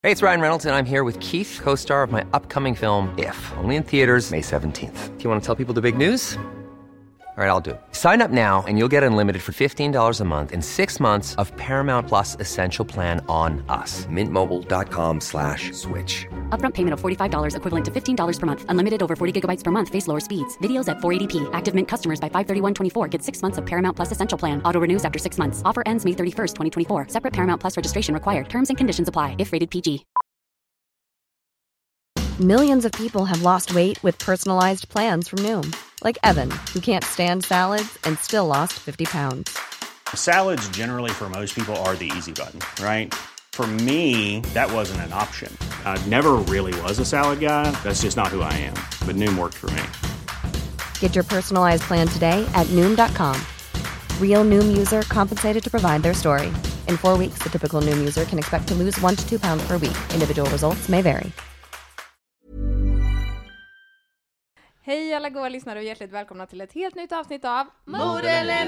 Hey, it's Ryan Reynolds, and I'm here with Keith, co-star of my upcoming film, If, only in theaters May 17th. Do you want to tell people the big news? All right, I'll do it. Sign up now and you'll get unlimited for $15 a month and 6 months of Paramount Plus Essential Plan on us. MintMobile.com/switch. Upfront payment of $45 equivalent to $15 per month. Unlimited over 40 gigabytes per month. Face lower speeds. Videos at 480p. Active Mint customers by 531.24 get 6 months of Paramount Plus Essential Plan. Auto renews after 6 months. Offer ends May 31st, 2024. Separate Paramount Plus registration required. Terms and conditions apply if rated PG. Millions of people have lost weight with personalized plans from Noom. Like Evan, who can't stand salads and still lost 50 pounds. Salads generally for most people are the easy button, right? For me, that wasn't an option. I never really was a salad guy. That's just not who I am. But Noom worked for me. Get your personalized plan today at Noom.com. Real Noom user compensated to provide their story. In 4 weeks, the typical Noom user can expect to lose 1 to 2 pounds per week. Individual results may vary. Hej alla goda lyssnare och hjärtligt välkomna till ett helt nytt avsnitt av Mode eller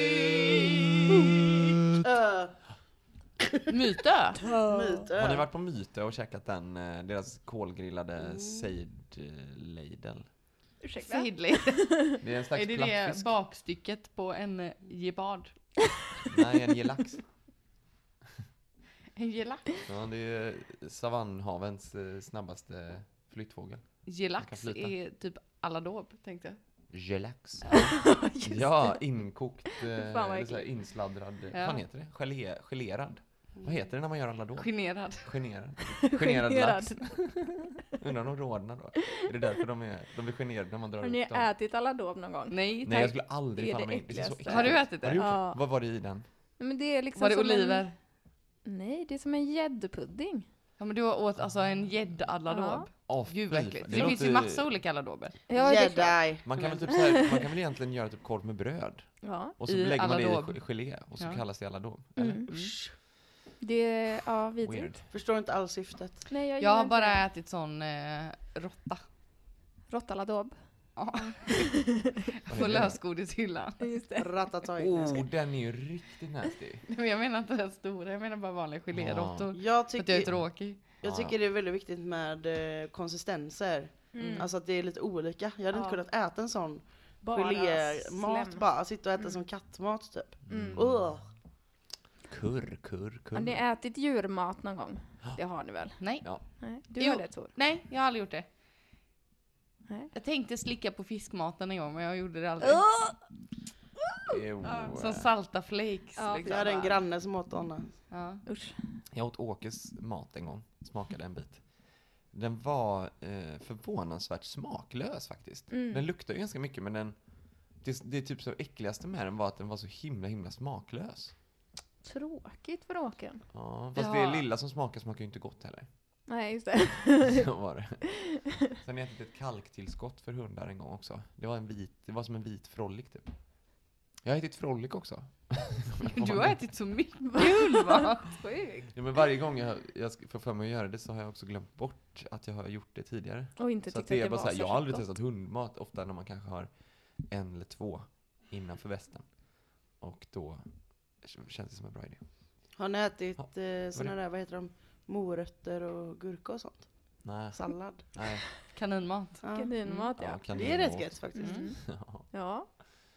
Mytö. Har ni varit på Mytö och käkat deras kolgrillade sejdlejdel? Ursäkta? Sejdlejdel. Det är en slags Är det plattfisk. bakstycket på en gepard? Nej, en gelax. En gelax? Ja, det är savannhavens snabbaste flyttfågel. Gelax är typ aladåb, tänkte jag. Gelax. Ja, inkokt, eller så här insladrad. Ja. Vad heter det? Gelerad. Vad heter det när man gör aladåb? Generad. Generad lax. Undrar om de rodnar då. Är det därför de blir generade när man drar Har ut ni dem? ätit aladåb någon gång? Nej, Nej, jag skulle aldrig Det är falla det mig in. Det är så äckligaste. äckligt. Har du ätit det? Har du gjort Ja. det? Vad var det i den? Men det är liksom Var det som oliver? Nej, det är som en gäddpudding. Ja, men du åt alltså en gäddaladåb. Gud Gud, äckligt. Det finns ju massa olika aladober. Ja, det är klart. Jedi. Man kan väl typ så här, man kan väl egentligen göra typ korv med bröd. Ja. Och så I lägger man det aladåb. i gelé och så Ja. kallas det aladåb. Eller? Mm. Det är, ja, vidrigt. Weird. Förstår inte alls syftet. Nej, Jag gillar har inte bara det. ätit sån råtta. Råttaladåb. Ja. Vad På är det? lösgodishyllan. Just det. Ratatouille. Den är ju riktigt nasty. Men jag menar inte den stora, jag menar bara vanliga geléråttor. Jag För att jag är tycker, tråkig. jag tycker det är väldigt viktigt med konsistenser. Mm. Alltså att det är lite olika. Jag hade inte kunnat äta en sån Bara gelémat slem. bara. Sitta och äta som kattmat typ. Mm. Kurr. Har ni ätit djurmat någon gång? Det har ni väl? Nej. Ja. Nej. Du Jo. har det, Tor? Nej, jag har aldrig gjort det. Nej. Jag tänkte slicka på fiskmaten en gång, men jag gjorde det aldrig. Som salta flakes. Ja, liksom. Jag hade en granne som åt honom. Ja. Usch. Jag åt Åkes mat en gång. Smakade en bit. Den var förvånansvärt smaklös faktiskt. Den luktar ju ganska mycket, men det är typ så äckligaste med den var att den var så himla smaklös. Tråkigt för Åken. Ja, fast Ja. det lilla som smakar ju inte gott heller. Nej, just det. Så var det. Sen har jag ätit ett kalktillskott för hundar en gång också. Det var som en vit frollik typ. Jag har ätit frollik också. Du har ätit så mycket ulva. Sjukt. Ja, men varje gång jag får för mig att göra det så har jag också glömt bort att jag har gjort det tidigare. Och inte Så att tyckte det är att det bara var så här, så jag har aldrig gott. testat hundmat ofta när man kanske har 1 eller 2 innanför västen. Och då känns det som en bra idé. Har ni ätit Ja. såna där, vad heter de? Morötter och gurka och sånt? Nej. Sallad. Nej. Kaninmat. Ja. Kaninmat, ja. Det är rätt gött faktiskt. Ja. Ja.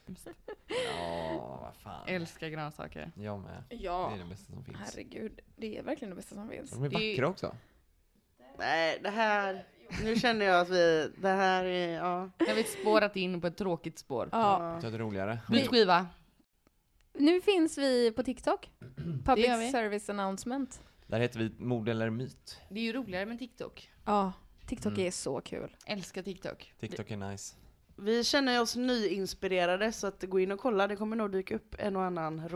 Ja, vad fan. Älskar grönsaker. Jag med. Ja. Det är det bästa som finns. Herregud, det är verkligen det bästa som finns. De är Det är- vackra också. Nej, det här... Nu känner jag att det här är... Ja. Jag har vi spårat in på ett tråkigt spår. Ja. Det är roligare. Byt skiva. Nu finns vi på TikTok. Public gör vi. Service Announcement. Där heter vi Mode eller myt. Det är ju roligare med TikTok. Ja, TikTok är så kul. Älskar TikTok. TikTok är nice. Vi känner oss nyinspirerade så att gå in och kolla. Det kommer nog dyka upp en och annan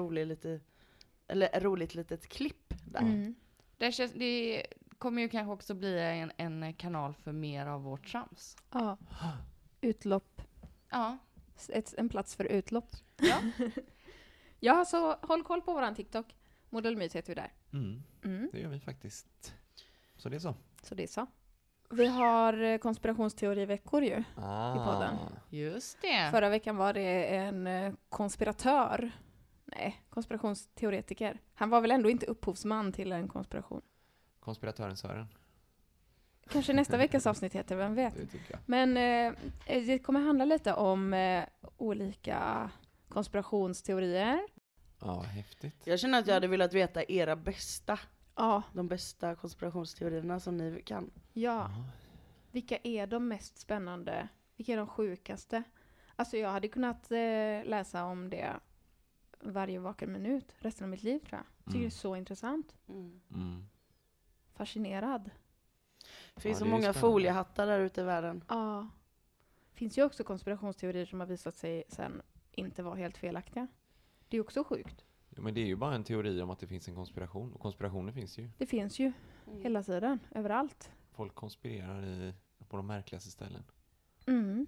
roligt litet klipp där. Mm. Det kommer ju kanske också bli en kanal för mer av vårt trams. Ja. Utlopp. Ja. En plats för utlopp. Ja. Ja, så håll koll på våran TikTok. Modelmyt heter vi där. Det gör vi faktiskt. Så det är så. Så det är så. Vi har konspirationsteoriveckor ju. Ah. I podden. Just det. Förra veckan var det en konspiratör. Nej, konspirationsteoretiker. Han var väl ändå inte upphovsman till en konspiration. Konspiratören Sören. Kanske nästa veckas avsnitt heter, vem vet. Det tycker jag. Men det kommer handla lite om olika konspirationsteorier. Ja, häftigt. Jag känner att jag hade velat veta era bästa. Ja. De bästa konspirationsteorierna som ni kan. Ja. Vilka är de mest spännande? Vilka är de sjukaste? Alltså jag hade kunnat läsa om det varje vaken minut resten av mitt liv, tror jag. Tycker det är så intressant. Fascinerad. Det finns Ja, så det är många spännande. foliehattar där ute i världen. Ja. Finns ju också konspirationsteorier som har visat sig sen inte vara helt felaktiga. Det är också sjukt. Ja, men det är ju bara en teori om att det finns en konspiration. Och konspirationer finns ju. Det finns ju hela tiden, överallt. Folk konspirerar på de märkligaste ställen. Mm.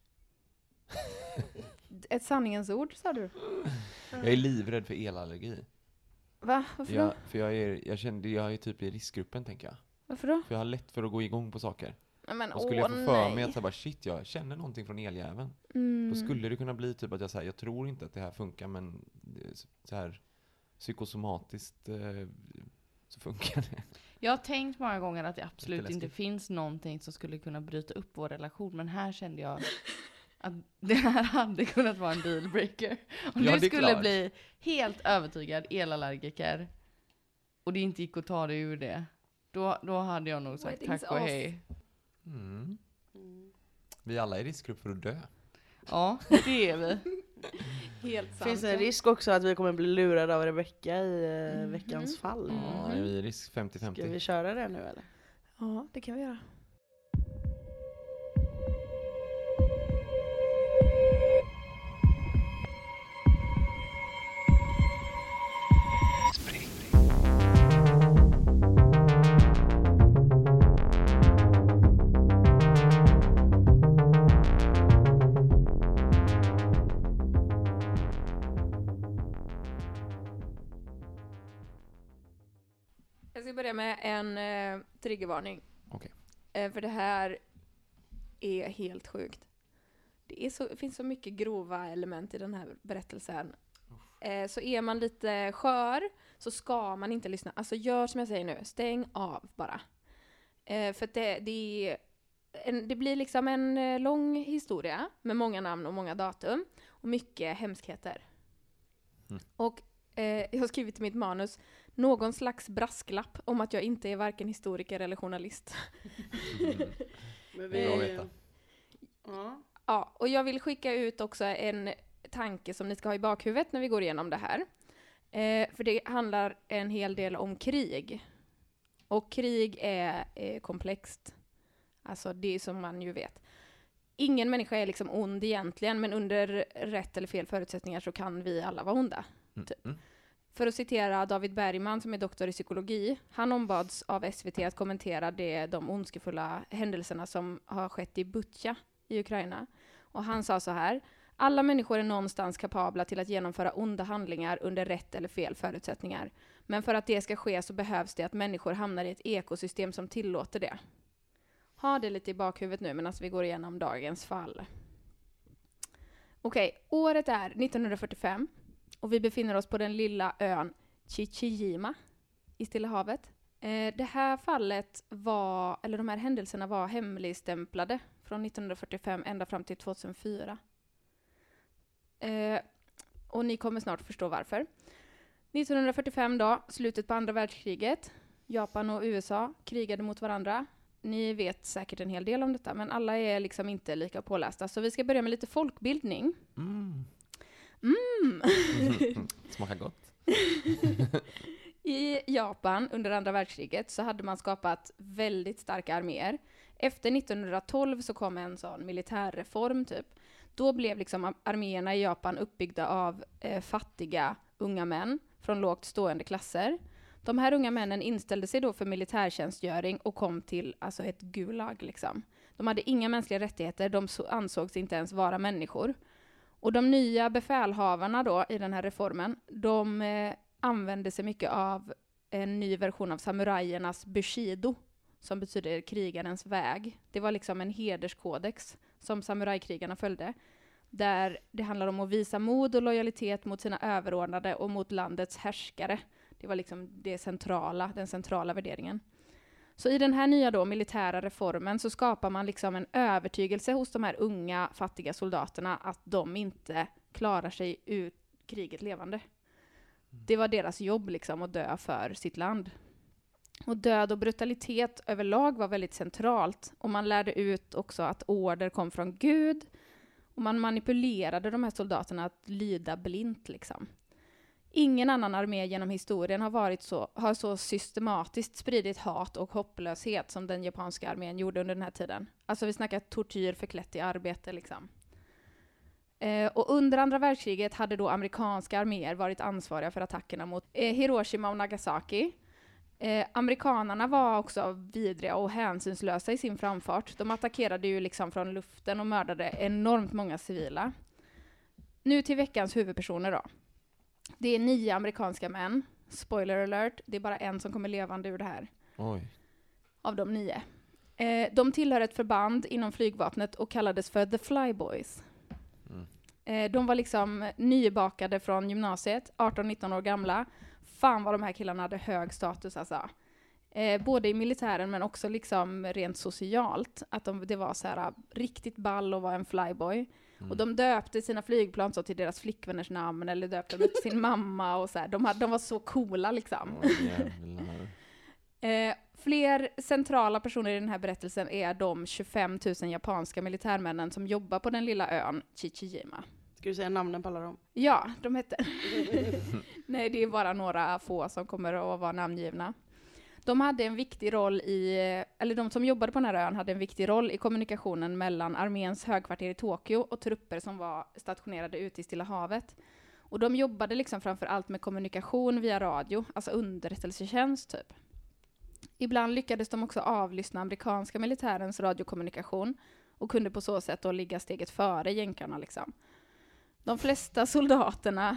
Ett sanningens ord, sa du. Jag är livrädd för elallergi. Va? Varför då? För jag är typ i riskgruppen, tänker jag. Varför då? För jag har lätt för att gå igång på saker. Nej, men, Och skulle jag få för mig att så bara, shit, jag känner någonting från eljäveln. Då skulle det kunna bli typ att jag säger, jag tror inte att det här funkar, men så här psykosomatiskt så funkar det. Jag har tänkt många gånger att det Lite absolut inte läskigt. finns någonting som skulle kunna bryta upp vår relation. Men här kände jag att det här hade kunnat vara en dealbreaker. Om Ja, du det är skulle klart. bli helt övertygad elallergiker och det inte gick att ta dig ur det, då hade jag nog sagt Wedding's tack och off. hej. Vi alla är i riskgrupp för att dö. Ja, det är vi. Helt Det sant. finns en risk också att vi kommer bli lurade av Rebecca i veckans fall. Ja, är vi i risk Ska 50-50? vi köra det nu eller? Ja, det kan vi göra. Jag ska börja med en triggervarning. Okej. För det här är helt sjukt. Det finns så mycket grova element i den här berättelsen. Så är man lite skör så ska man inte lyssna. Alltså gör som jag säger nu. Stäng av bara. För att det blir liksom en lång historia med många namn och många datum. Och mycket hemskheter. Och jag har skrivit i mitt manus någon slags brasklapp om att jag inte är varken historiker eller journalist. Men Det är bra att veta. Ja. Ja, och jag vill skicka ut också en tanke som ni ska ha i bakhuvudet när vi går igenom det här. För det handlar en hel del om krig. Och krig är komplext. Alltså det är som man ju vet. Ingen människa är liksom ond egentligen, men under rätt eller fel förutsättningar så kan vi alla vara onda. Typ. För att citera David Bergman som är doktor i psykologi. Han ombads av SVT att kommentera de ondskefulla händelserna som har skett i Butja i Ukraina. Och han sa så här: alla människor är någonstans kapabla till att genomföra onda handlingar under rätt eller fel förutsättningar. Men för att det ska ske så behövs det att människor hamnar i ett ekosystem som tillåter det. Ha det lite i bakhuvudet nu medan vi går igenom dagens fall. Okej, året är 1945 och vi befinner oss på den lilla ön Chichijima i Stilla havet. Det här fallet de här händelserna var hemligstämplade från 1945 ända fram till 2004. Och ni kommer snart förstå varför. 1945 då, slutet på andra världskriget. Japan och USA krigade mot varandra. Ni vet säkert en hel del om detta, men alla är liksom inte lika pålästa. Så vi ska börja med lite folkbildning. Smakar gott. I Japan under andra världskriget så hade man skapat väldigt starka arméer. Efter 1912 så kom en sån militärreform typ. Då blev liksom arméerna i Japan uppbyggda av fattiga unga män från lågt stående klasser. De här unga männen inställde sig då för militärtjänstgöring och kom till alltså ett gulag liksom. De hade inga mänskliga rättigheter, de ansågs inte ens vara människor. Och de nya befälhavarna då i den här reformen, de använde sig mycket av en ny version av samurajernas bushido, som betyder krigarens väg. Det var liksom en hederskodex som samurajkrigarna följde, där det handlar om att visa mod och lojalitet mot sina överordnade och mot landets härskare. Det var liksom den centrala värderingen. Så i den här nya då militära reformen så skapar man liksom en övertygelse hos de här unga fattiga soldaterna att de inte klarar sig ur kriget levande. Det var deras jobb liksom att dö för sitt land. Och död och brutalitet överlag var väldigt centralt. Och man lärde ut också att order kom från Gud. Och man manipulerade de här soldaterna att lyda blint liksom. Ingen annan armé genom historien har så systematiskt spridit hat och hopplöshet som den japanska armén gjorde under den här tiden. Alltså vi snackar tortyr förklätt i arbete liksom. Och under andra världskriget hade då amerikanska arméer varit ansvariga för attackerna mot Hiroshima och Nagasaki. Amerikanerna var också vidriga och hänsynslösa i sin framfart. De attackerade ju liksom från luften och mördade enormt många civila. Nu till veckans huvudpersoner då. Det är 9 amerikanska män. Spoiler alert, det är bara en som kommer levande ur det här. Oj. Av de 9. De tillhör ett förband inom flygvapnet och kallades för The Flyboys. De var liksom nybakade från gymnasiet, 18-19 år gamla. Fan vad de här killarna hade hög status alltså. Både i militären men också liksom rent socialt. Att det var så här riktigt ball och var en flyboy. Och de döpte sina flygplan så till deras flickvänners namn eller döpte dem till sin mamma och så här. De var så coola liksom. Fler centrala personer i den här berättelsen är de 25 000 japanska militärmännen som jobbar på den lilla ön Chichijima. Ska du säga namnen på alla dem? Ja, de heter. Nej, det är bara några få som kommer att vara namngivna. De hade en viktig roll de som jobbade på den här ön hade en viktig roll i kommunikationen mellan arméns högkvarter i Tokyo och trupper som var stationerade ute i Stilla havet. Och de jobbade liksom framför allt med kommunikation via radio, alltså underrättelsetjänst typ. Ibland lyckades de också avlyssna amerikanska militärens radiokommunikation och kunde på så sätt då ligga steget före jänkarna liksom. De flesta soldaterna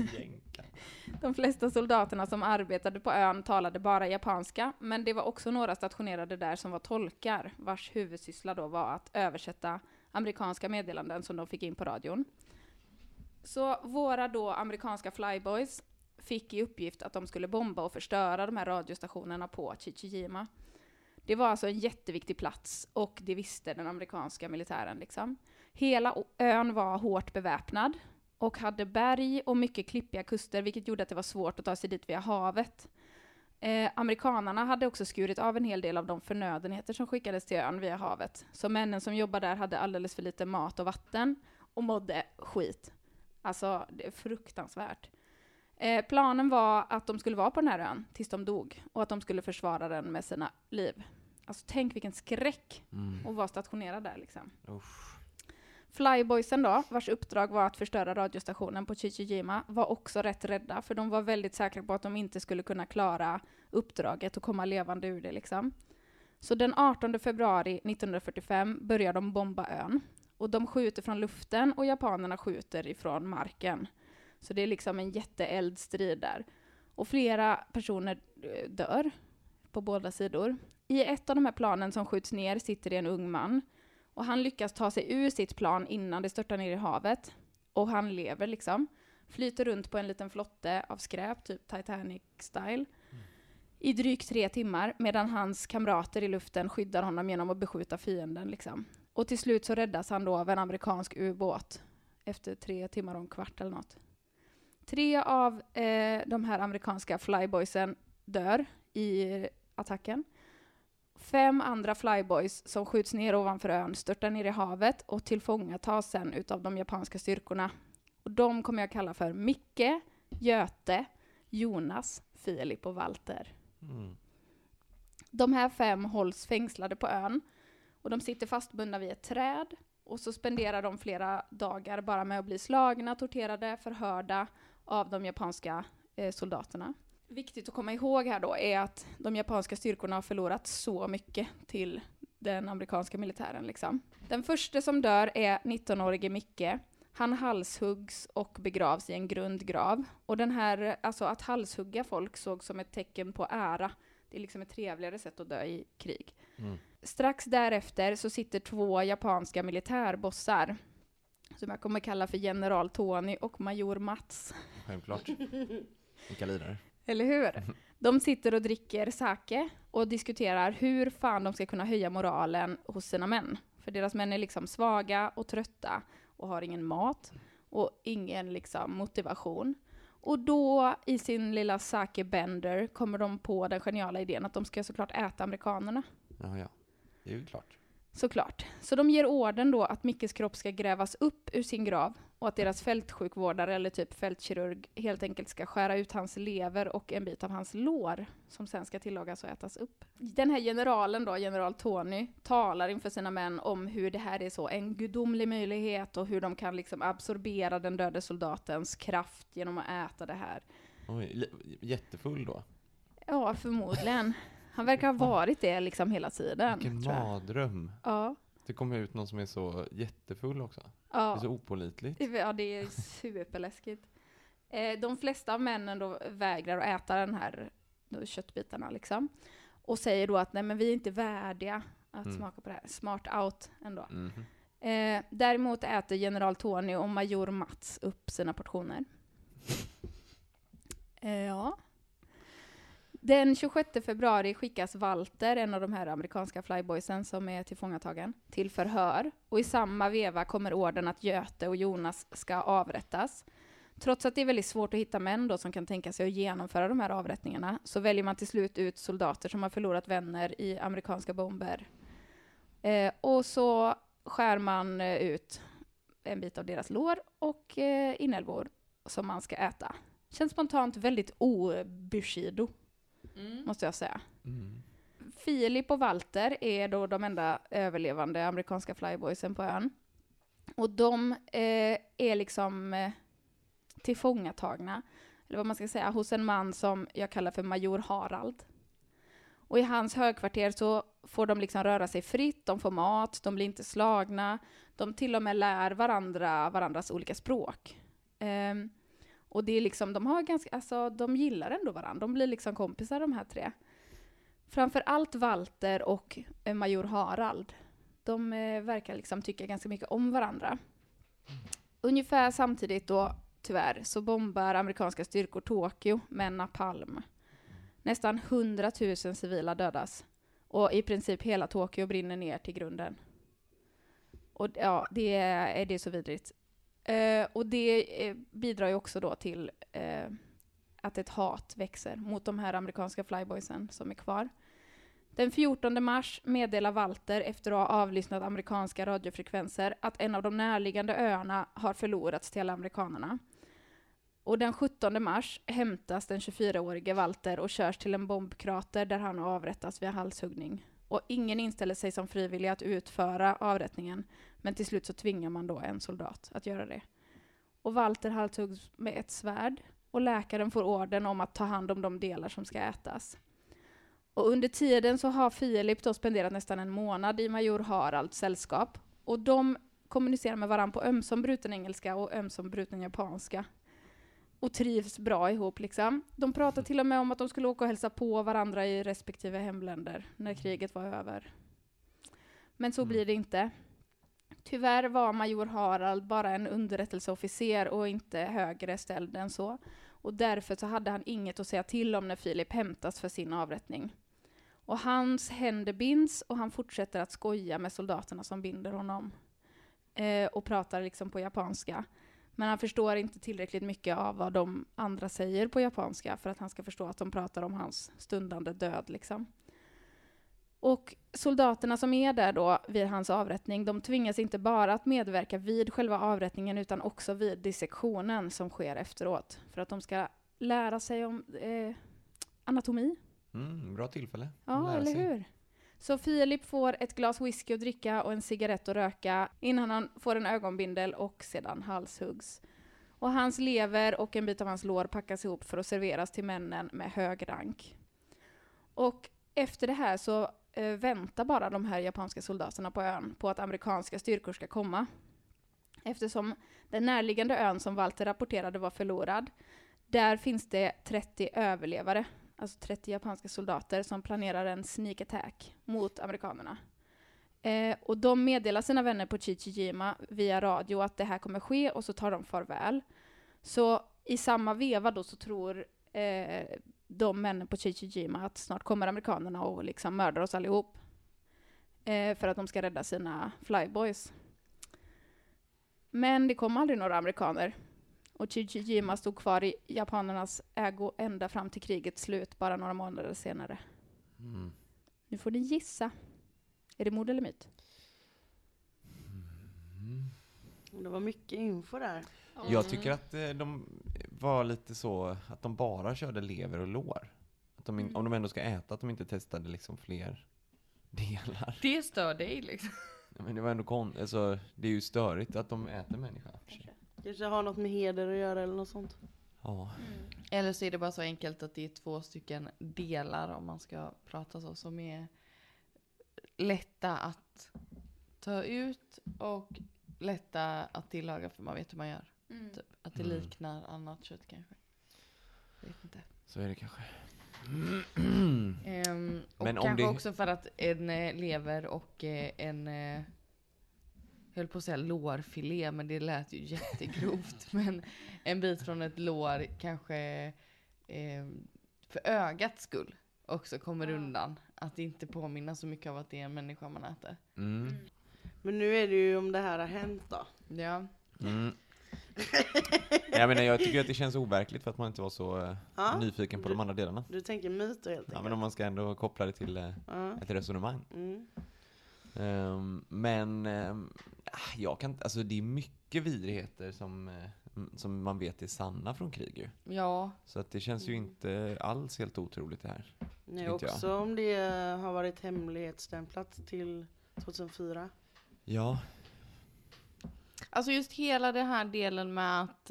som arbetade på ön talade bara japanska, men det var också några stationerade där som var tolkar, vars huvudsyssla då var att översätta amerikanska meddelanden som de fick in på radion. Så våra då amerikanska flyboys fick i uppgift att de skulle bomba och förstöra de här radiostationerna på Chichijima. Det var alltså en jätteviktig plats och det visste den amerikanska militären liksom. Hela ön var hårt beväpnad och hade berg och mycket klippiga kuster, vilket gjorde att det var svårt att ta sig dit via havet. Amerikanerna hade också skurit av en hel del av de förnödenheter som skickades till ön via havet. Så männen som jobbade där hade alldeles för lite mat och vatten och mådde skit. Alltså, det är fruktansvärt. Planen var att de skulle vara på den här ön tills de dog och att de skulle försvara den med sina liv. Alltså tänk vilken skräck att vara stationerad där liksom. Flyboysen då, vars uppdrag var att förstöra radiostationen på Chichijima, var också rätt rädda för de var väldigt säkra på att de inte skulle kunna klara uppdraget och komma levande ur det liksom. Så den 18 februari 1945 börjar de bomba ön och de skjuter från luften och japanerna skjuter ifrån marken. Så det är liksom en jätteeldstrid där. Och flera personer dör på båda sidor. I ett av de här planen som skjuts ner sitter det en ung man. Och han lyckas ta sig ur sitt plan innan det störtar ner i havet. Och han lever liksom. Flyter runt på en liten flotte av skräp, typ Titanic-style. I drygt 3 timmar medan hans kamrater i luften skyddar honom genom att beskjuta fienden liksom. Och till slut så räddas han då av en amerikansk ubåt. Efter 3 timmar och en kvart eller något. 3 av de här amerikanska flyboysen dör i attacken. 5 andra flyboys som skjuts ner ovanför ön störtar ner i havet och tillfångatas sen utav de japanska styrkorna. Och de kommer jag kalla för Micke, Göte, Jonas, Filip och Walter. De här 5 hålls fängslade på ön och de sitter fastbundna vid ett träd. Och så spenderar de flera dagar bara med att bli slagna, torterade, förhörda av de japanska soldaterna. Viktigt att komma ihåg här då är att de japanska styrkorna har förlorat så mycket till den amerikanska militären liksom. Den första som dör är 19-årige Micke. Han halshuggs och begravs i en grundgrav. Och den här, alltså att halshugga folk såg som ett tecken på ära. Det är liksom ett trevligare sätt att dö i krig. Strax därefter så sitter 2 japanska militärbossar som jag kommer kalla för general Tony och major Mats. Självklart. Vilka lidare. Eller hur? De sitter och dricker sake och diskuterar hur fan de ska kunna höja moralen hos sina män. För deras män är liksom svaga och trötta och har ingen mat och ingen liksom motivation. Och då i sin lilla sake-bender kommer de på den geniala idén att de ska såklart äta amerikanerna. Ja. Det är ju klart. Såklart. Så de ger orden då att Mickes kropp ska grävas upp ur sin grav och att deras fältsjukvårdare eller typ fältkirurg helt enkelt ska skära ut hans lever och en bit av hans lår som sen ska tillagas och ätas upp. Den här generalen då, general Tony, talar inför sina män om hur det här är så en gudomlig möjlighet och hur de kan liksom absorbera den döde soldatens kraft genom att äta det här. Oj, jättefull då. Ja, förmodligen. Han verkar ha varit det liksom hela tiden. Vilken mardröm. Ja. Det kommer ut någon som är så jättefull också. Ja. Det är så opålitligt. Ja, det är superläskigt. De flesta av männen då vägrar att äta den här köttbitarna liksom. Och säger då att nej, men vi är inte värdiga att smaka på det här. Smart out ändå. Däremot äter general Tony och major Mats upp sina portioner. Ja. Den 26 februari skickas Walter, en av de här amerikanska flyboysen som är tillfångatagen, till förhör. Och i samma veva kommer orden att Göte och Jonas ska avrättas. Trots att det är väldigt svårt att hitta män då som kan tänka sig att genomföra de här avrättningarna så väljer man till slut ut soldater som har förlorat vänner i amerikanska bomber. Och så skär man ut en bit av deras lår och inälvor som man ska äta. Känns spontant väldigt obushido. Måste jag säga. Filip och Walter är då de enda överlevande amerikanska flyboysen på ön. Och de är liksom tillfångatagna, eller vad man ska säga, hos en man som jag kallar för major Harald. Och i hans högkvarter så får de liksom röra sig fritt, de får mat, de blir inte slagna, de till och med lär varandras olika språk. Och det är liksom, de har ganska, alltså de gillar ändå varandra. De blir liksom kompisar de här tre. Framför allt Walter och major Harald. De verkar liksom tycka ganska mycket om varandra. Ungefär samtidigt då, tyvärr, så bombar amerikanska styrkor Tokyo med napalm. Nästan 100 000 civila dödas. Och i princip hela Tokyo brinner ner till grunden. Och ja, det är så vidrigt. Och det bidrar ju också då till att ett hat växer mot de här amerikanska flyboysen som är kvar. Den 14 mars meddelar Walter efter att ha avlyssnat amerikanska radiofrekvenser att en av de närliggande öarna har förlorats till amerikanerna. Och den 17 mars hämtas den 24-årige Walter och körs till en bombkrater där han avrättas via halshuggning. Och ingen inställer sig som frivillig att utföra avrättningen. Men till slut så tvingar man då en soldat att göra det. Och Walter halshuggs med ett svärd. Och läkaren får orden om att ta hand om de delar som ska ätas. Och under tiden så har Filip då spenderat nästan en månad i major Haralds sällskap. Och de kommunicerar med varandra på ömsom bruten engelska och ömsom bruten japanska. Och trivs bra ihop liksom. De pratar till och med om att de skulle åka och hälsa på varandra i respektive hemländer när kriget var över. Men så blir det inte. Tyvärr var major Harald bara en underrättelseofficer och inte högre ställd än så. Och därför så hade han inget att säga till om när Filip hämtas för sin avrättning. Och hans händer binds och han fortsätter att skoja med soldaterna som binder honom. Och pratar liksom på japanska. Men han förstår inte tillräckligt mycket av vad de andra säger på japanska för att han ska förstå att de pratar om hans stundande död liksom. Och soldaterna som är där då vid hans avrättning, de tvingas inte bara att medverka vid själva avrättningen utan också vid dissektionen som sker efteråt. För att de ska lära sig om anatomi. Bra tillfälle. Ja, eller hur? Så Filip får ett glas whisky att dricka och en cigarett att röka innan han får en ögonbindel och sedan halshuggs. Och hans lever och en bit av hans lår packas ihop för att serveras till männen med hög rank. Och efter det här så väntar bara de här japanska soldaterna på ön på att amerikanska styrkor ska komma. Eftersom den närliggande ön som Walter rapporterade var förlorad, där finns det 30 överlevare. Alltså 30 japanska soldater som planerar en sneak attack mot amerikanerna. Och de meddelar sina vänner på Chichijima via radio att det här kommer ske och så tar de farväl. Så i samma veva då så tror de männen på Chichijima att snart kommer amerikanerna och liksom mördar oss allihop. För att de ska rädda sina flyboys. Men det kom aldrig några amerikaner. Och Chichijima stod kvar i japanernas ägo ända fram till krigets slut, bara några månader senare. Nu får ni gissa. Är det mord eller myt? Det var mycket info där. Jag tycker att de var lite så att de bara körde lever och lår. Att om de ändå ska äta, att de inte testade liksom fler delar. Det stör dig liksom. Ja, men det var ändå alltså, det är ju störigt att de äter människa. Kanske har något med heder att göra eller något sånt. Ja. Eller så är det bara så enkelt att det är 2 stycken delar, om man ska prata så, som är lätta att ta ut och lätta att tillaga, för man vet hur man gör. Typ. Att det liknar annat kött kanske. Jag vet inte. Så är det kanske. Och men om kanske det... också för att en lever och en höll på att säga lårfilé, men det lät ju jättegrovt. Men en bit från ett lår kanske för ögats skull också kommer undan. Att det inte påminner så mycket av att det är en människa man äter. Men nu är det ju om det här har hänt då. Ja. Jag tycker att det känns overkligt för att man inte var så nyfiken på de andra delarna. Du tänker myter helt enkelt. Ja, men om man ska ändå koppla det till ett resonemang. Jag kan alltså det är mycket vidrigheter som man vet är sanna från krig ju. Ja. Så att det känns ju inte alls helt otroligt det här. Nej, också om det har varit hemlighetsstämplat till 2004. Ja. Alltså just hela den här delen med att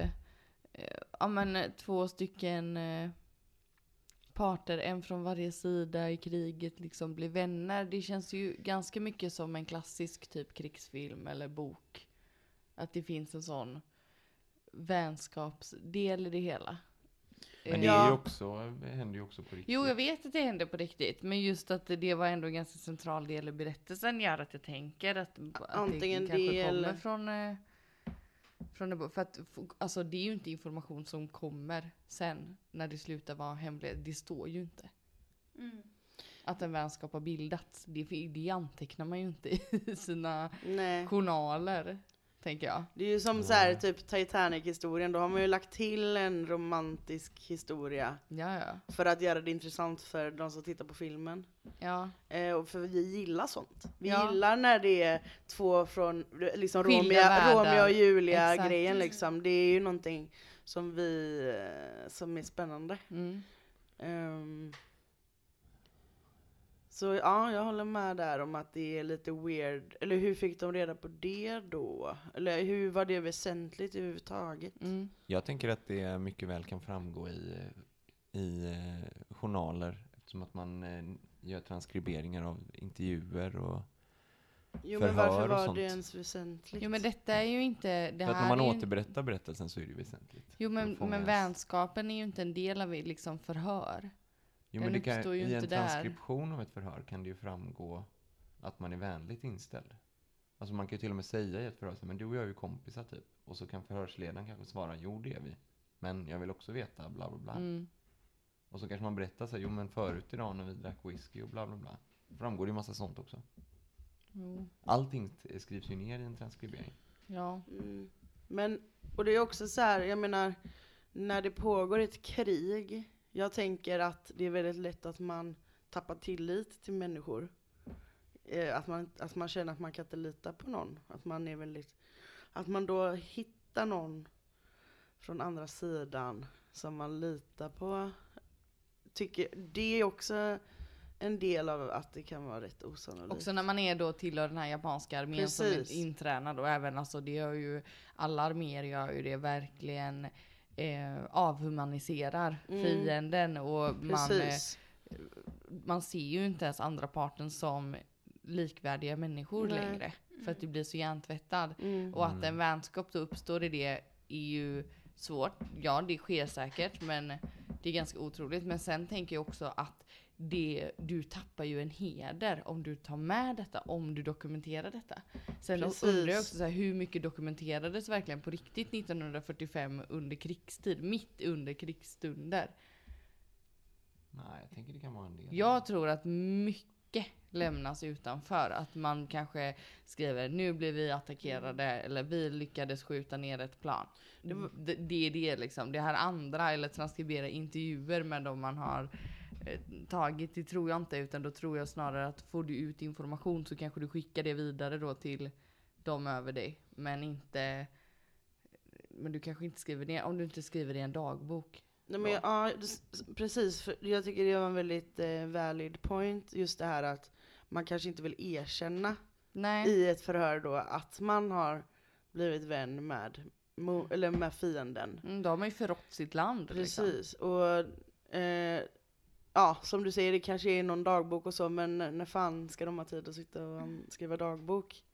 2 stycken parter, en från varje sida i kriget, liksom blir vänner. Det känns ju ganska mycket som en klassisk typ krigsfilm eller bok. Att det finns en sån vänskapsdel i det hela. Men det är ju också, det händer ju också på riktigt. Jo, jag vet att det händer på riktigt. Men just att det var ändå en ganska central del i berättelsen gör att jag tänker att antingen det kanske det eller... kommer från det. För att alltså, det är ju inte information som kommer sen när det slutar vara hemligt. Det står ju inte. Att en vänskap har bildats. Det antecknar man ju inte i sina journaler. Tänker jag. Det är ju som så här, typ Titanic-historien. Då har man ju lagt till en romantisk historia. Ja. För att göra det intressant för de som tittar på filmen. Ja. Och för vi gillar sånt. Vi gillar när det är 2 från liksom Romeo och Julia-grejen. Liksom. Det är ju någonting som som är spännande. Så ja, jag håller med där om att det är lite weird. Eller hur fick de reda på det då? Eller hur var det väsentligt överhuvudtaget? Jag tänker att det mycket väl kan framgå i journaler. Eftersom att man gör transkriberingar av intervjuer och jo, förhör. Men varför och var sånt. det ens väsentligt? Jo, men detta är ju inte... Det för att här när man är återberättar berättelsen så är det ju väsentligt. Jo, men vänskapen är ju inte en del av liksom förhör. Jo, men i en transkription av ett förhör kan det ju framgå att man är vänligt inställd. Alltså man kan ju till och med säga i ett förhör, men du och jag är ju kompisar typ. Och så kan förhörsledaren kanske svara, jo det är vi. Men jag vill också veta bla bla bla. Och så kanske man berättar så här, jo men förut idag när vi drack whisky och bla bla bla. Framgår det ju massa sånt också. Allting skrivs ju ner i en transkribering. Ja. Men, och det är också så här, jag menar, när det pågår ett krig, jag tänker att det är väldigt lätt att man tappar tillit till människor. Att man känner att man kan inte lita på någon. Att man då hittar någon från andra sidan som man litar på. Tycker det är också en del av att det kan vara rätt osannolikt. Också när man är då tillhör den här japanska armén som är intränad, och även alltså det gör ju alla arméer gör ju det verkligen, avhumaniserar fienden, och man ser ju inte ens andra parten som likvärdiga människor längre, för att det blir så hjärntvättad. Och att en vänskap då uppstår i det är ju svårt. Ja, det sker säkert, men det är ganska otroligt. Men sen tänker jag också att du tappar ju en heder om du tar med detta, om du dokumenterar detta. Sen undrar jag också så här, hur mycket dokumenterades verkligen på riktigt 1945 under krigstid, mitt under krigsstunder. Nej, jag tänker det kan vara en del. Jag tror att mycket lämnas utanför. Att man kanske skriver, nu blir vi attackerade, eller vi lyckades skjuta ner ett plan. Det är det liksom. Det här andra, eller transkribera intervjuer med dem man har tagit, det tror jag inte, utan då tror jag snarare att får du ut information så kanske du skickar det vidare då till dem över dig. Men du kanske inte skriver det, om du inte skriver det i en dagbok. Nej, men precis, för jag tycker det var en väldigt valid point, just det här att man kanske inte vill erkänna i ett förhör då att man har blivit vän med fienden. Då har man ju förrått sitt land. Precis, liksom. Och som du säger, det kanske är någon dagbok och så, men när fan ska de ha tid att sitta och skriva dagbok?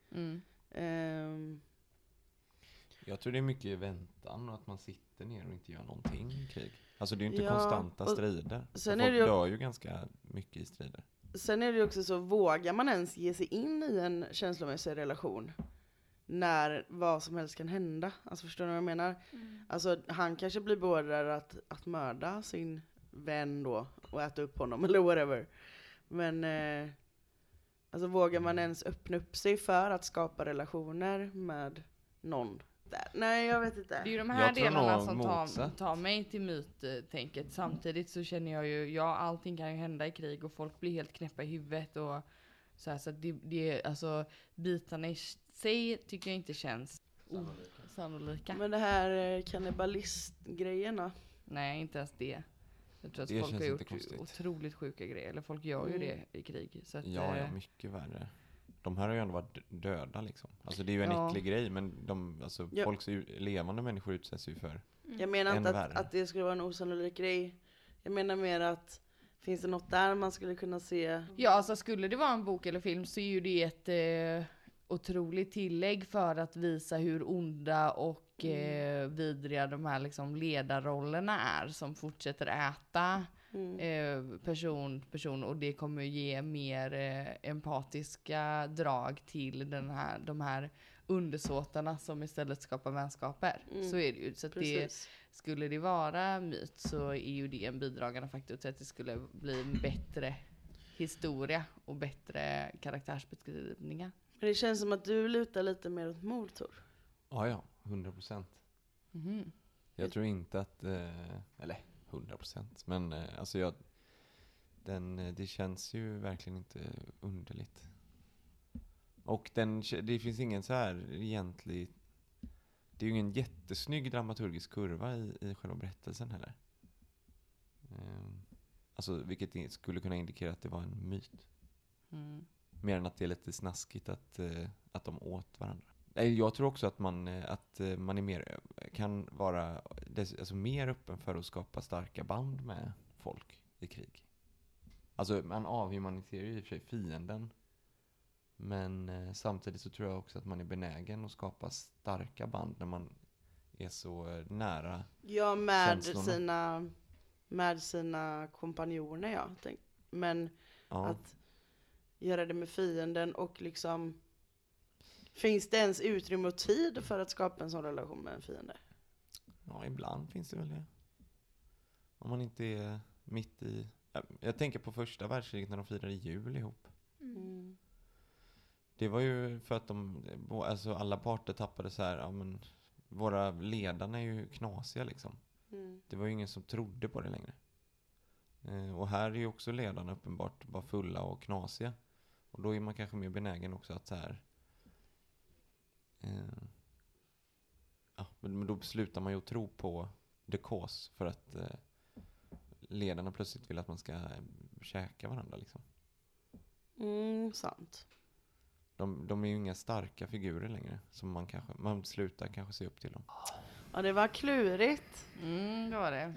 Jag tror det är mycket väntan och att man sitter ner och inte gör någonting i krig. Alltså det är ju inte konstanta strider. Sen folk dör ju ganska mycket i strider. Sen är det ju också så, vågar man ens ge sig in i en känslomässig relation när vad som helst kan hända? Alltså förstår du vad jag menar? Alltså han kanske blir beordrad att mörda sin vän då och äta upp honom eller whatever. Men alltså vågar man ens öppna upp sig för att skapa relationer med någon? Nej, jag vet inte. Det är ju de här delarna som tar mig till myttänket. Samtidigt så känner jag ju, allting kan ju hända i krig och folk blir helt knäppa i huvudet och så här, så det alltså bitarna i sig tycker jag inte känns sannolika. Men det här kannibalistgrejerna? Nej, inte ens det. Jag tror att det folk har gjort konstigt. Otroligt sjuka grejer, eller folk gör ju det i krig. Så att, ja, mycket värre. De här har ju ändå varit döda liksom. Alltså det är ju en äcklig grej, men folk levande människor utsätts ju för. Jag menar inte att det skulle vara en osannolik grej. Jag menar mer att finns det något där man skulle kunna se? Ja, alltså skulle det vara en bok eller film så är ju det ett otroligt tillägg för att visa hur onda och vidriga de här liksom ledarrollerna är som fortsätter äta person, och det kommer ge mer empatiska drag till de här undersåtarna som istället skapar vänskaper. Så är det ju. Så att skulle det vara myt så är ju det en bidragande faktor till att det skulle bli en bättre historia och bättre karaktärsbeskrivningar. Men det känns som att du lutar lite mer åt mord, Tor. Ja, 100%. Jag tror inte att, eller 100%, men alltså det känns ju verkligen inte underligt. Och det finns ingen så här egentlig, det är ju ingen jättesnygg dramaturgisk kurva i själva berättelsen heller. Alltså vilket skulle kunna indikera att det var en myt. Mer än att det är lite snaskigt att de åt varandra. Jag tror också att man är mer, kan vara alltså mer öppen för att skapa starka band med folk i krig. Alltså man avhumaniserar ju i och för sig fienden. Men samtidigt så tror jag också att man är benägen att skapa starka band när man är så nära. Ja, med sina kompanjoner, ja. Men att göra det med fienden och liksom, finns det ens utrymme och tid för att skapa en sån relation med en fiende? Ja, ibland finns det väl det. Om man inte är mitt i. Jag tänker på första världskriget när de firade jul ihop. Det var ju för att alltså alla parter tappade så här, men våra ledarna är ju knasiga liksom. Det var ju ingen som trodde på det längre. Och här är ju också ledarna uppenbart bara fulla och knasiga. Och då är man kanske mer benägen också att så här. Men då slutar man ju tro på the cause för att ledarna plötsligt vill att man ska käka varandra liksom. Sant. De är ju inga starka figurer längre som man slutar kanske se upp till dem. Ja, det var klurigt. Det var det.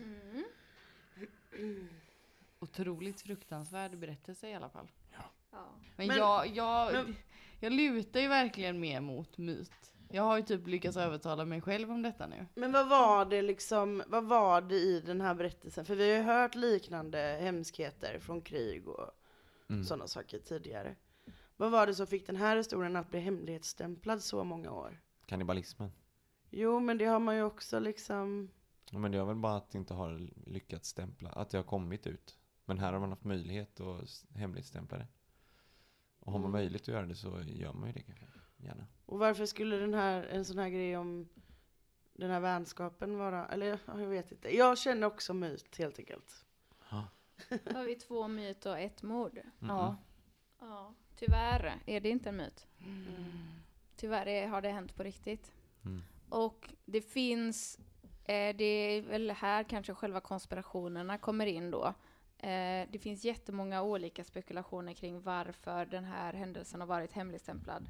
Otroligt fruktansvärd berättelse i alla fall. Ja. Men jag lutar ju verkligen mer mot myt. Jag har ju typ lyckats övertala mig själv om detta nu. Men vad var det i den här berättelsen? För vi har ju hört liknande hemskheter från krig och sådana saker tidigare. Vad var det som fick den här historien att bli hemlighetsstämplad så många år? Kannibalismen. Jo, men det har man ju också liksom. Ja, men det är väl bara att det inte har lyckats stämpla, att det har kommit ut. Men här har man haft möjlighet att hemligstämpla det. Och har man möjlighet att göra det så gör man ju det kanske. Gärna. Och varför skulle en sån här grej om den här vänskapen vara, eller jag vet inte. Jag känner också myt helt enkelt. Då har vi 2 myt och 1 mord. Ja. Ja, tyvärr är det inte en myt. Tyvärr har det hänt på riktigt. Och det finns, det är väl här kanske själva konspirationerna kommer in då. Det finns jättemånga olika spekulationer kring varför den här händelsen har varit hemligstämplad.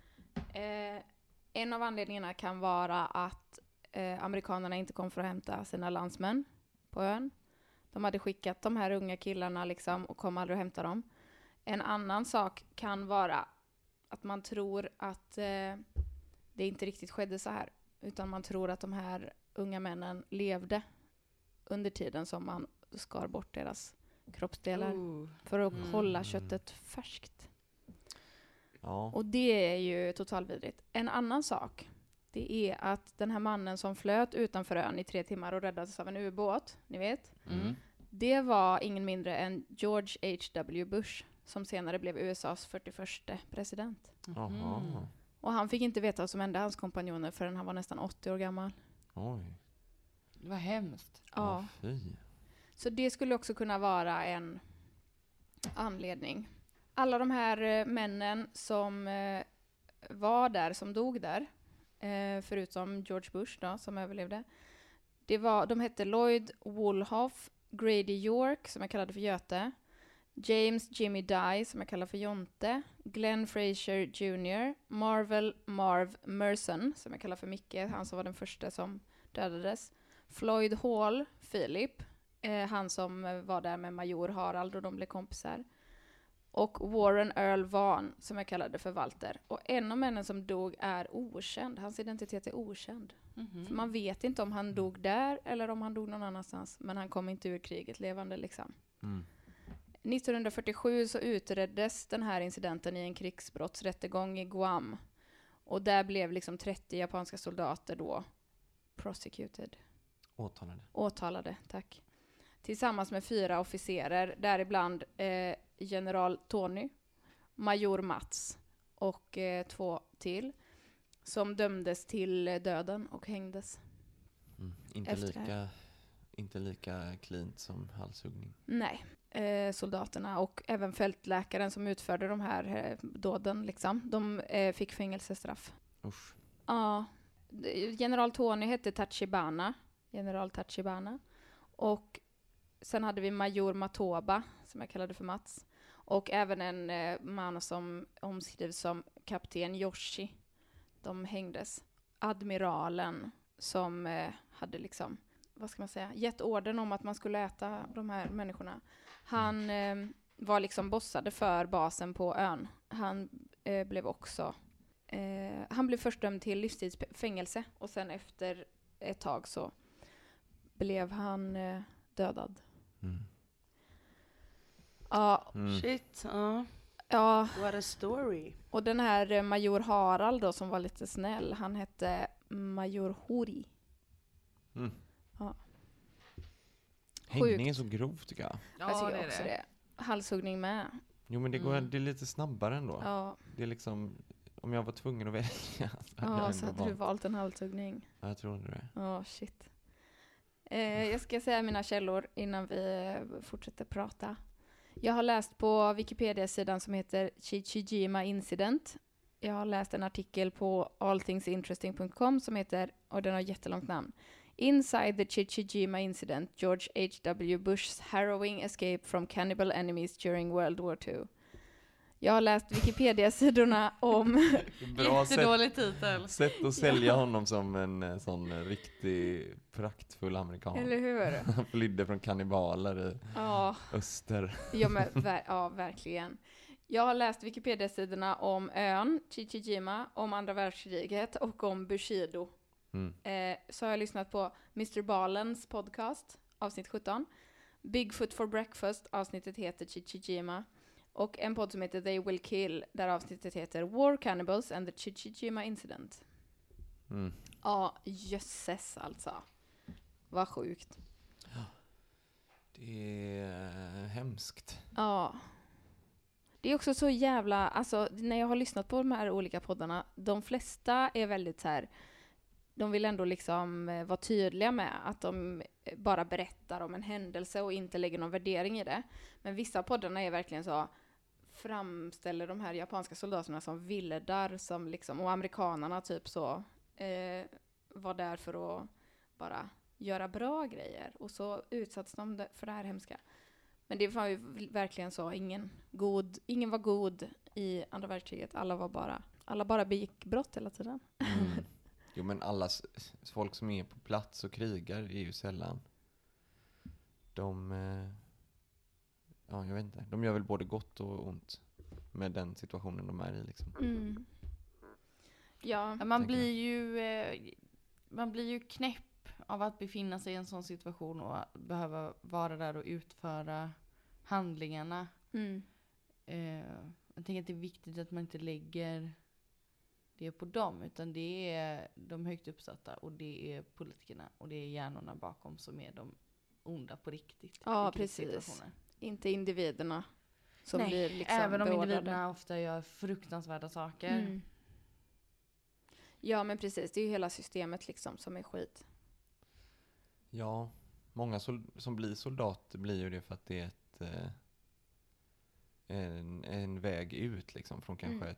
En av anledningarna kan vara att amerikanerna inte kom för att hämta sina landsmän på ön. De hade skickat de här unga killarna liksom och kom aldrig att hämta dem. En annan sak kan vara att man tror att det inte riktigt skedde så här. Utan man tror att de här unga männen levde under tiden som man skar bort deras kroppsdelar. För att hålla köttet färskt. Ja. Och det är ju totalvidrigt. En annan sak, det är att den här mannen som flöt utanför ön i 3 timmar och räddades av en ubåt, ni vet. Det var ingen mindre än George H.W. Bush, som senare blev USAs 41:e president. Och han fick inte veta vad som hände hans kompanjoner förrän han var nästan 80 år gammal. Oj. Det var hemskt. Ja. Fy. Så det skulle också kunna vara en anledning. Alla de här männen som var där, som dog där, förutom George Bush då, som överlevde, de hette Lloyd Wolhoff, Grady York, som jag kallade för Göte, James Jimmy Dye, som jag kallar för Jonte, Glenn Fraser Jr., Marv Merson, som jag kallar för Micke, han som var den första som dödades, Floyd Hall Philip, han som var där med major Harald och de blev kompisar, och Warren Earl Vaughn, som jag kallade för Walter. Och en av männen som dog är okänd. Hans identitet är okänd. För man vet inte om han dog där eller om han dog någon annanstans. Men han kom inte ur kriget levande liksom. 1947 så utreddes den här incidenten i en krigsbrottsrättegång i Guam. Och där blev liksom 30 japanska soldater då prosecuted. Åtalade, tack. Tillsammans med 4 officerer, däribland general Tony, major Mats och 2 till, som dömdes till döden och hängdes. Inte lika cleant som halshuggning. Nej, soldaterna och även fältläkaren som utförde de här dåden, liksom, de fick fängelsestraff. Usch. Ja, general Tony hette general Tachibana, och sen hade vi major Matoba, som jag kallade för Mats. Och även en man som omskrivs som kapten Yoshi. De hängdes. Admiralen som hade liksom, vad ska man säga, gett orden om att man skulle äta de här människorna. Han var liksom bossade för basen på ön. Han blev också, han blev först dömd till livstidsfängelse. Och sen efter ett tag så blev han dödad. Ja. Shit, ja. Ja. What a story. Och den här major Harald då, som var lite snäll, han hette major Hori. Ja. Hängning är så grovt tycker jag. Ja, jag tycker också det. Halshuggning med. Jo, men det är lite snabbare ändå. Ja. Det är liksom, om jag var tvungen att välja. Så hade du valt en halshuggning. Ja, jag tror det. Ja, shit. Jag ska säga mina källor innan vi fortsätter prata. Jag har läst på Wikipedia-sidan som heter Chichijima Incident. Jag har läst en artikel på allthingsinteresting.com som heter, och den har jättelångt namn, Inside the Chichijima Incident, George H.W. Bush's harrowing escape from cannibal enemies during World War II. Jag har läst Wikipedia-sidorna om... Jättedålig titel. Sätt att sälja honom som en sån riktig praktfull amerikan. Eller hur? Han flydde från kannibaler i öster. Ja, men, verkligen. Jag har läst Wikipedia-sidorna om ön, Chichijima, om andra världskriget och om Bushido. Så har jag lyssnat på Mr. Balens podcast, avsnitt 17. Bigfoot for Breakfast, avsnittet heter Chichijima. Och en podd som heter They Will Kill, där avsnittet heter War Cannibals and the Chichijima Incident. Ja, jösses alltså. Vad sjukt. Det är hemskt. Ja. Det är också så jävla, alltså när jag har lyssnat på de här olika poddarna, de flesta är väldigt så här, de vill ändå liksom vara tydliga med att de bara berättar om en händelse och inte lägger någon värdering i det. Men vissa poddarna är verkligen så, framställer de här japanska soldaterna som vildar, som liksom, och amerikanerna typ så var där för att bara göra bra grejer. Och så utsätts de för det här hemska. Men det var ju verkligen så, ingen var god i andra världskriget. Alla bara begick brott hela tiden. Mm. Jo, men folk som är på plats och krigar är ju sällan. Jag vet inte. De gör väl både gott och ont med den situationen de är i liksom. Mm. Ja, Man blir ju knäpp av att befinna sig i en sån situation och behöva vara där och utföra handlingarna. Mm. Jag tänker att det är viktigt att man inte lägger det på dem, utan det är de högt uppsatta och det är politikerna och det är hjärnorna bakom som är de onda på riktigt. Ja, precis. Inte individerna som blir liksom även om beordrade. individerna ofta gör fruktansvärda saker. Mm. Ja, men precis. Det är ju hela systemet liksom som är skit. Ja, många som blir soldater blir ju det för att det är en väg ut liksom från kanske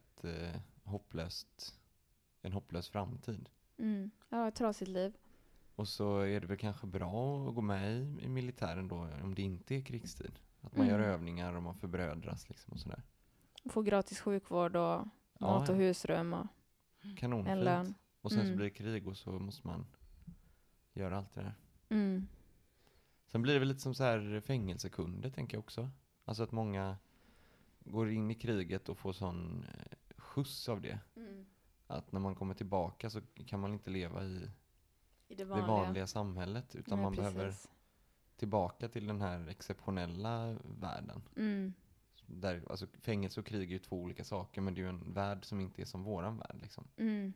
en hopplös framtid. Mm. Ja, ett trasigt liv. Och så är det väl kanske bra att gå med i militären då om det inte är krigstid. Att man gör övningar och man förbrödras liksom och sådär. Få gratis sjukvård och mat och husrum och en lön. Kanonfint. Och sen så blir det krig och så måste man göra allt det där. Mm. Sen blir det väl lite som så här fängelsekunder tänker jag också. Alltså att många går in i kriget och får sån skjuts av det. Mm. Att när man kommer tillbaka så kan man inte leva i det vanliga samhället. Utan man precis. behöver tillbaka till den här exceptionella världen. Mm. Där, alltså, fängelse och krig är ju två olika saker. Men det är ju en värld som inte är som våran värld. Liksom. Mm.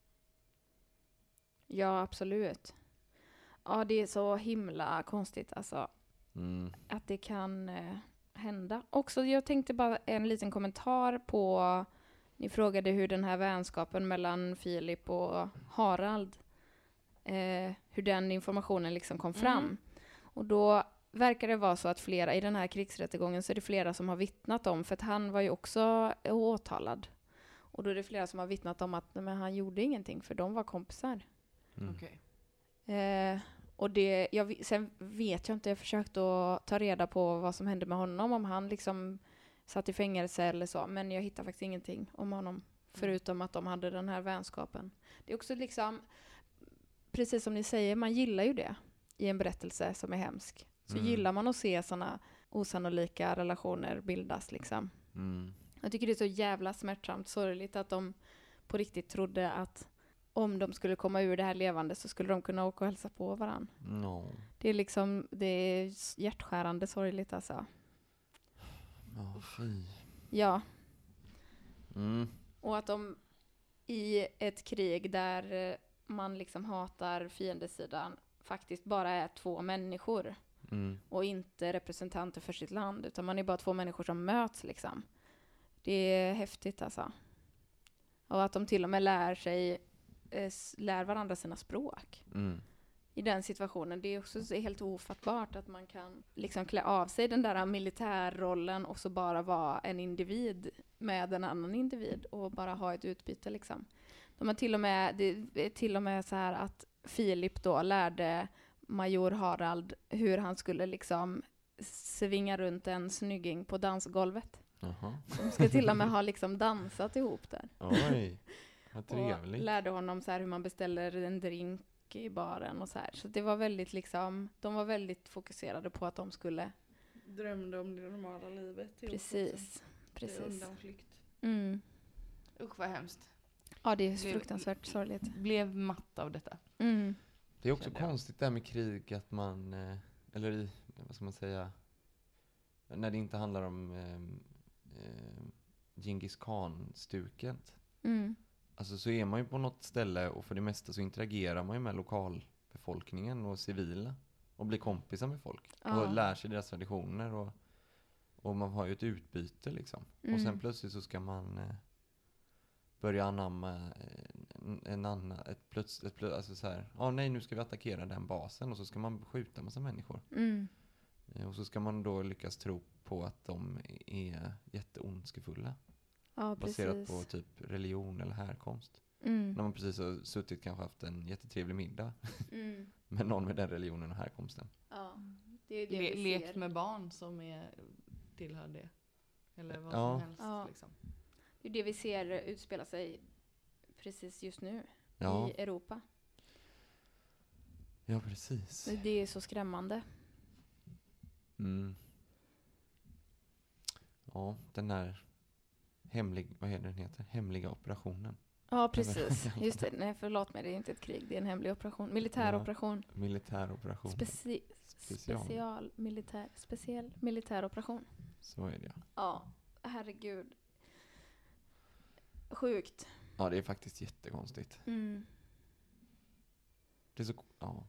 Ja, absolut. Ja, det är så himla konstigt alltså. Att det kan hända. Också, jag tänkte bara en liten kommentar på... Ni frågade hur den här vänskapen mellan Filip och Harald, hur den informationen liksom kom fram. Och då verkar det vara så att flera i den här krigsrättegången så är det flera som har vittnat om, för att han var ju också åtalad. Och då är det flera som har vittnat om att men han gjorde ingenting, för de var kompisar. Okej. Och sen vet jag inte, jag försökte att ta reda på vad som hände med honom, om han liksom satt i fängelse eller så, men jag hittar faktiskt ingenting om honom, förutom att de hade den här vänskapen. Det är också liksom, precis som ni säger, man gillar ju det i en berättelse som är hemsk. Så gillar man att se såna osannolika relationer bildas liksom. Jag tycker det är så jävla smärtsamt, sorgligt att de på riktigt trodde att om de skulle komma ur det här levande så skulle de kunna åka och hälsa på varann. No. Det är liksom, det är hjärtskärande sorgligt alltså. Ja, fy. Ja. Och att de i ett krig där man liksom hatar fiendesidan faktiskt bara är två människor. Och inte representanter för sitt land, utan man är bara två människor som möts liksom. Det är häftigt alltså. Och att de till och med lär varandra sina språk. I den situationen. Det är också helt ofattbart att man kan liksom klä av sig den där militärrollen och så bara vara en individ med en annan individ och bara ha ett utbyte liksom. De har det är till och med så här att Filip då lärde major Harald hur han skulle liksom svinga runt en snygging på dansgolvet. De ska till och med ha liksom dansat ihop där. Oj, vad trevligt. Och lärde honom så här hur man beställer en drink i baren och så här. Så det var väldigt liksom, de var väldigt fokuserade på att de skulle drömde om det normala livet. Precis. Undanflykt. Usch vad hemskt. Ja, det är fruktansvärt sorgligt. Blev matt av detta. Det är också konstigt där med krig att man, eller vad ska man säga, när det inte handlar om Genghis Khan-stuket. Alltså så är man ju på något ställe och för det mesta så interagerar man ju med lokalbefolkningen och civila. och blir kompisar med folk. Och lär sig deras traditioner. Och man har ju ett utbyte liksom. Och sen plötsligt så ska man börja anamma alltså så här, nej, nu ska vi attackera den basen. Och så ska man skjuta massa människor. Och så ska man då lyckas tro på att de är jätteondskefulla. Ja, baserat på typ religion eller härkomst. När man precis har suttit, kanske haft en jättetrevlig middag. med någon med den religionen och härkomsten. Ja, det är det vi lekt ser. med barn som tillhör det. Eller vad som helst. Ja. Liksom. Det är det vi ser utspela sig precis just nu i Europa. Ja, precis. Det är så skrämmande. Ja, den där hemliga operationen. Ja, precis. Just det. Nej, förlåt mig, det är inte ett krig. Det är en hemlig operation. Militär operation. Militär operation. Speciell militär operation. Så är det. Ja, herregud. Sjukt. Ja, det är faktiskt jättekonstigt. Det är så... Ja.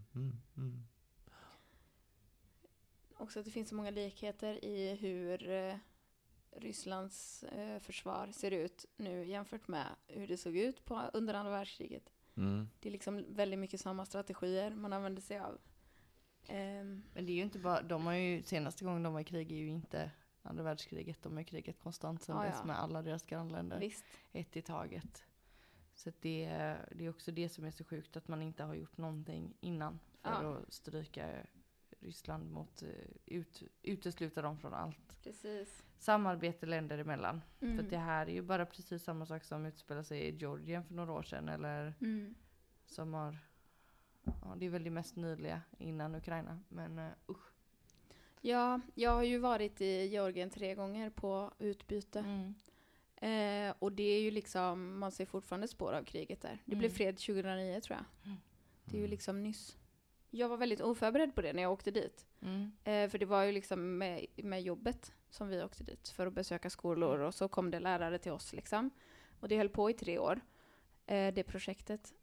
Också att det finns så många likheter i hur Rysslands försvar ser ut nu jämfört med hur det såg ut under andra världskriget. Det är liksom väldigt mycket samma strategier man använder sig av. Men det är ju inte bara, de har ju senaste gången de var i krig är ju inte andra världskriget, de har ju kriget konstant sen dess med alla deras grannländer. Visst. Ett i taget. Så att det är också det som är så sjukt, att man inte har gjort någonting innan för att stryka Ryssland mot utesluta dem från allt. Precis. Samarbete länder emellan. För att det här är ju bara precis samma sak som utspelar sig i Georgien för några år sedan. Eller som har... Ja, det är väl det mest nyliga innan Ukraina. Men usch. Ja, jag har ju varit i Georgien 3 gånger på utbyte. Och det är ju liksom, man ser fortfarande spår av kriget där. Det blev fred 2009 tror jag. Det är ju liksom nyss. Jag var väldigt oförberedd på det när jag åkte dit. För det var ju liksom med jobbet som vi åkte dit för att besöka skolor. Och så kom det lärare till oss liksom. Och det höll på i 3 år. Det projektet.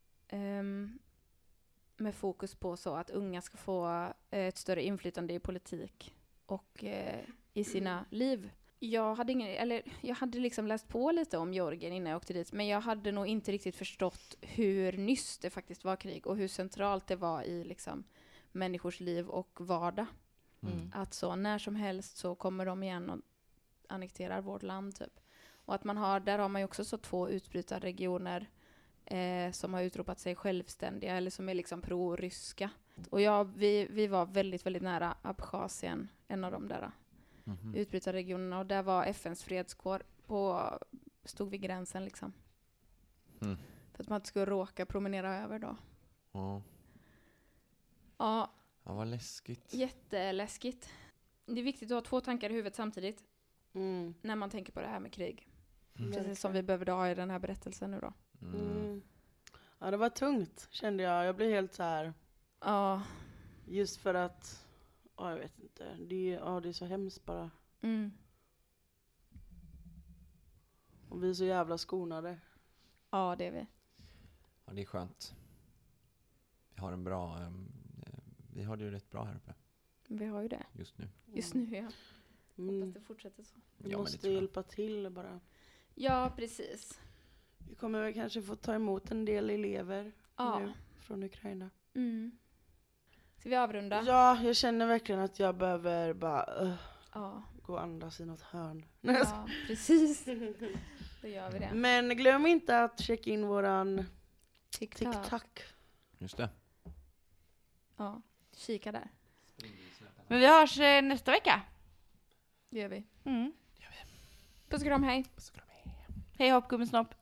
Med fokus på så att unga ska få ett större inflytande i politik. Och i sina liv. Jag hade liksom läst på lite om Georgien innan jag åkte dit. Men jag hade nog inte riktigt förstått hur nyss det faktiskt var krig. Och hur centralt det var i liksom människors liv och vardag. Att så när som helst så kommer de igen och annekterar vårt land typ. Och att där har man ju också så 2 utbrytarregioner som har utropat sig självständiga. Eller som är liksom pro-ryska. Och vi var väldigt, väldigt nära Abchazien, en av de där utbrytarregionerna, och där var FNs fredskår stod vid gränsen liksom. För att man inte skulle råka promenera över då. Ja, vad läskigt. Jätteläskigt. Det är viktigt att ha 2 tankar i huvudet samtidigt när man tänker på det här med krig. Precis som vi behövde ha i den här berättelsen nu då. Ja, det var tungt kände jag. Jag blev helt så här. Ja. Just för att jag vet inte. Det är så hemskt bara. Och vi är så jävla skonade. Ja, det är vi. Ja, det är skönt. Vi har en bra... vi har det ju rätt bra här uppe. Vi har ju det. Just nu. Just nu, ja. Hoppas det fortsätter så. Vi måste hjälpa till bara. Ja, precis. Vi kommer väl kanske få ta emot en del elever nu från Ukraina. Ska vi avrunda? Ja, jag känner verkligen att jag behöver bara gå och andas i något hörn. Ja, precis. Då gör vi det. Men glöm inte att checka in våran TikTok. Just det. Ja, kika där. Men vi hörs nästa vecka. Det gör vi. Puss och kram, hej. Hej hopp, gummesnopp.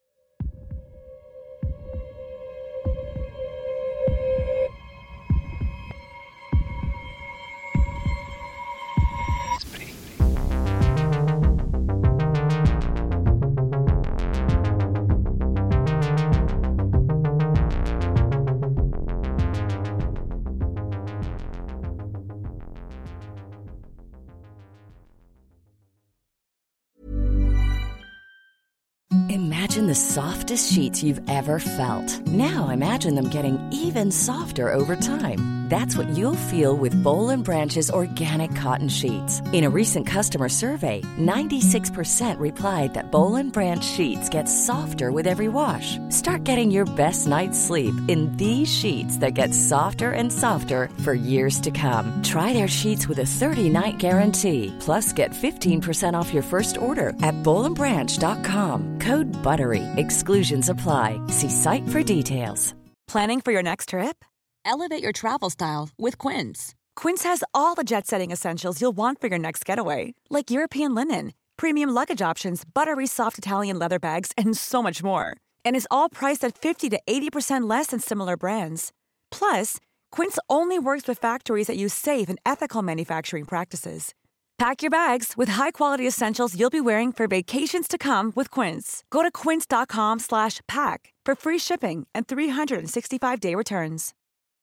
Imagine the softest sheets you've ever felt. Now imagine them getting even softer over time. That's what you'll feel with Boll & Branch's organic cotton sheets. In a recent customer survey, 96% replied that Boll & Branch sheets get softer with every wash. Start getting your best night's sleep in these sheets that get softer and softer for years to come. Try their sheets with a 30-night guarantee. Plus, get 15% off your first order at bollandbranch.com. Code BUTTERY. Exclusions apply. See site for details. Planning for your next trip? Elevate your travel style with Quince. Quince has all the jet-setting essentials you'll want for your next getaway, like European linen, premium luggage options, buttery soft Italian leather bags, and so much more. And is all priced at 50 to 80% less than similar brands. Plus, Quince only works with factories that use safe and ethical manufacturing practices. Pack your bags with high-quality essentials you'll be wearing for vacations to come with Quince. Go to quince.com/pack for free shipping and 365-day returns.